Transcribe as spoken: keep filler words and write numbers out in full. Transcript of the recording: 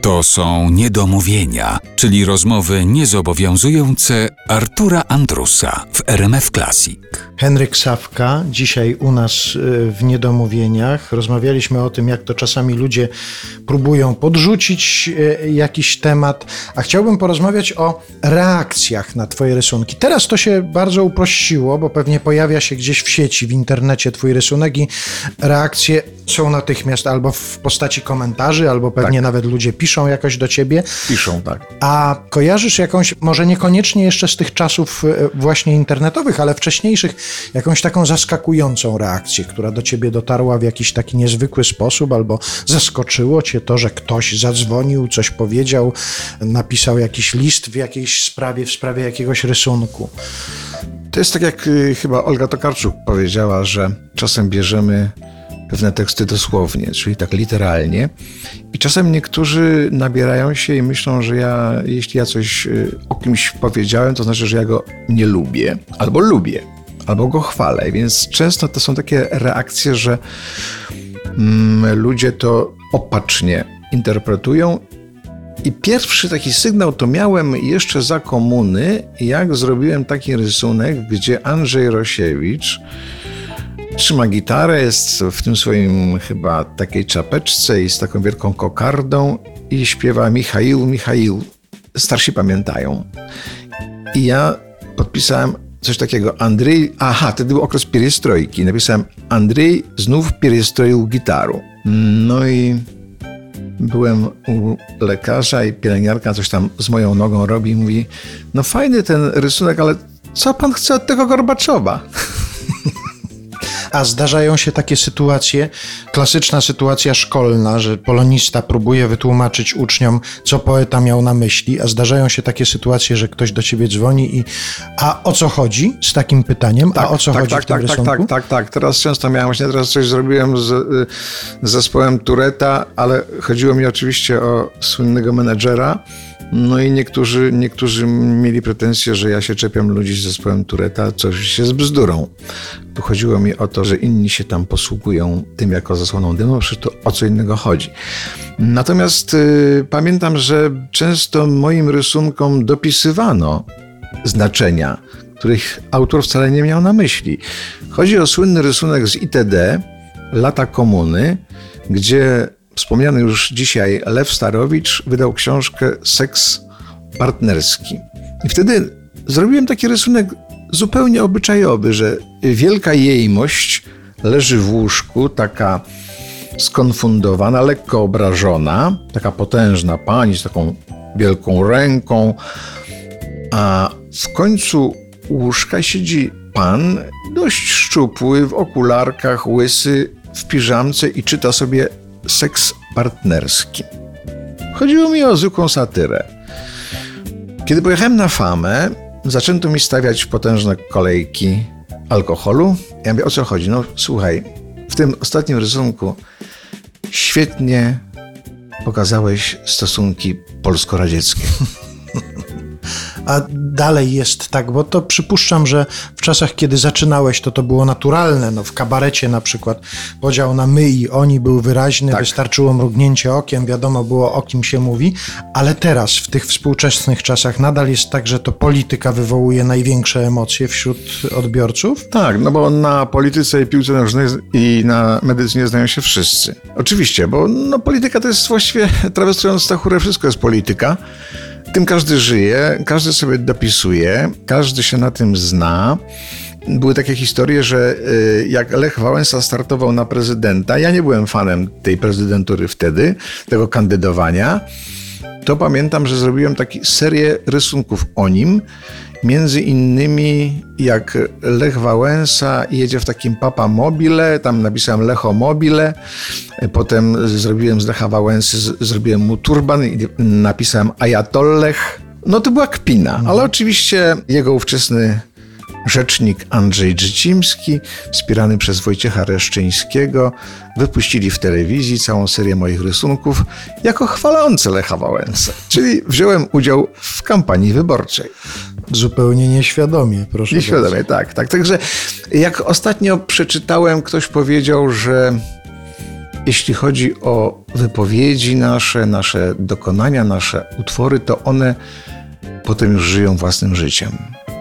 To są niedomówienia, czyli rozmowy niezobowiązujące Artura Andrusa w R M F Classic. Henryk Sawka, dzisiaj u nas w Niedomówieniach. Rozmawialiśmy o tym, jak to czasami ludzie próbują podrzucić jakiś temat, a chciałbym porozmawiać o reakcjach na twoje rysunki. Teraz to się bardzo uprościło, bo pewnie pojawia się gdzieś w sieci, w internecie twój rysunek i reakcje są natychmiast albo w postaci komentarzy, albo pewnie tak. Nawet ludzie piszą jakoś do ciebie. Piszą, tak. A kojarzysz jakąś, może niekoniecznie jeszcze z tych czasów właśnie internetowych, ale wcześniejszych, jakąś taką zaskakującą reakcję, która do ciebie dotarła w jakiś taki niezwykły sposób, albo zaskoczyło cię to, że ktoś zadzwonił, coś powiedział, napisał jakiś list w jakiejś sprawie, w sprawie jakiegoś rysunku? To jest tak, jak chyba Olga Tokarczuk powiedziała, że czasem bierzemy pewne teksty dosłownie, czyli tak literalnie. I czasem niektórzy nabierają się i myślą, że ja, jeśli ja coś o kimś powiedziałem, to znaczy, że ja go nie lubię, albo lubię, albo go chwalę. Więc często to są takie reakcje, że mm, ludzie to opacznie interpretują. I pierwszy taki sygnał to miałem jeszcze za komuny, jak zrobiłem taki rysunek, gdzie Andrzej Rosiewicz trzyma gitarę, jest w tym swoim chyba takiej czapeczce i z taką wielką kokardą i śpiewa Michaił, Michaił. Starsi pamiętają. I ja podpisałem coś takiego. Andrzej, aha, wtedy był okres pierestrojki. Napisałem Andrzej znów pierestroił gitaru. No i byłem u lekarza i pielęgniarka coś tam z moją nogą robi i mówi, no fajny ten rysunek, ale co pan chce od tego Gorbaczowa? A zdarzają się takie sytuacje, klasyczna sytuacja szkolna, że polonista próbuje wytłumaczyć uczniom, co poeta miał na myśli, a zdarzają się takie sytuacje, że ktoś do ciebie dzwoni i a o co chodzi z takim pytaniem, tak, a o co tak, chodzi tak, w tym tak, rysunku? Tak, tak, tak, tak. Teraz często miałem, właśnie teraz coś zrobiłem z, z zespołem Tureta, ale chodziło mi oczywiście o słynnego menedżera. No i niektórzy, niektórzy mieli pretensje, że ja się czepiam ludzi z zespołem Tureta, co oczywiście jest bzdurą. Tu chodziło mi o to, że inni się tam posługują tym jako zasłoną dymu, przecież to o co innego chodzi. Natomiast y, pamiętam, że często moim rysunkom dopisywano znaczenia, których autor wcale nie miał na myśli. Chodzi o słynny rysunek z I T D, Lata Komuny, gdzie wspomniany już dzisiaj Lew Starowicz wydał książkę Seks partnerski. I wtedy zrobiłem taki rysunek zupełnie obyczajowy, że wielka jejmość leży w łóżku, taka skonfundowana, lekko obrażona, taka potężna pani z taką wielką ręką, a w końcu łóżka siedzi pan, dość szczupły, w okularkach, łysy, w piżamce i czyta sobie Seks partnerski. Chodziło mi o zwykłą satyrę. Kiedy pojechałem na Famę, zaczęto mi stawiać potężne kolejki alkoholu. Ja mówię, o co chodzi? No słuchaj, w tym ostatnim rysunku świetnie pokazałeś stosunki polsko-radzieckie. A dalej jest tak, bo to przypuszczam, że w czasach, kiedy zaczynałeś, to to było naturalne. No, w kabarecie na przykład podział na my i oni był wyraźny, tak. Wystarczyło mrugnięcie okiem, wiadomo było, o kim się mówi, ale teraz, w tych współczesnych czasach nadal jest tak, że to polityka wywołuje największe emocje wśród odbiorców? Tak, no bo na polityce i piłce nożnej i na medycynie znają się wszyscy. Oczywiście, bo no, polityka to jest właściwie, trawestując Stachurę, wszystko jest polityka. Tym każdy żyje, każdy sobie dopisuje, każdy się na tym zna. Były takie historie, że jak Lech Wałęsa startował na prezydenta, ja nie byłem fanem tej prezydentury wtedy, tego kandydowania, to pamiętam, że zrobiłem taką serię rysunków o nim, między innymi jak Lech Wałęsa jedzie w takim Papa Mobile, tam napisałem Lecho Mobile, potem zrobiłem z Lecha Wałęsy, zrobiłem mu turban i napisałem Ajatollech. No to była kpina, ale oczywiście jego ówczesny rzecznik Andrzej Drzycimski, wspierany przez Wojciecha Reszczyńskiego, wypuścili w telewizji całą serię moich rysunków jako chwalące Lecha Wałęsę. Czyli wziąłem udział w kampanii wyborczej. Zupełnie nieświadomie, proszę Nieświadomie, bardzo. tak, tak. Także jak ostatnio przeczytałem, ktoś powiedział, że jeśli chodzi o wypowiedzi nasze, nasze dokonania, nasze utwory, to one potem już żyją własnym życiem.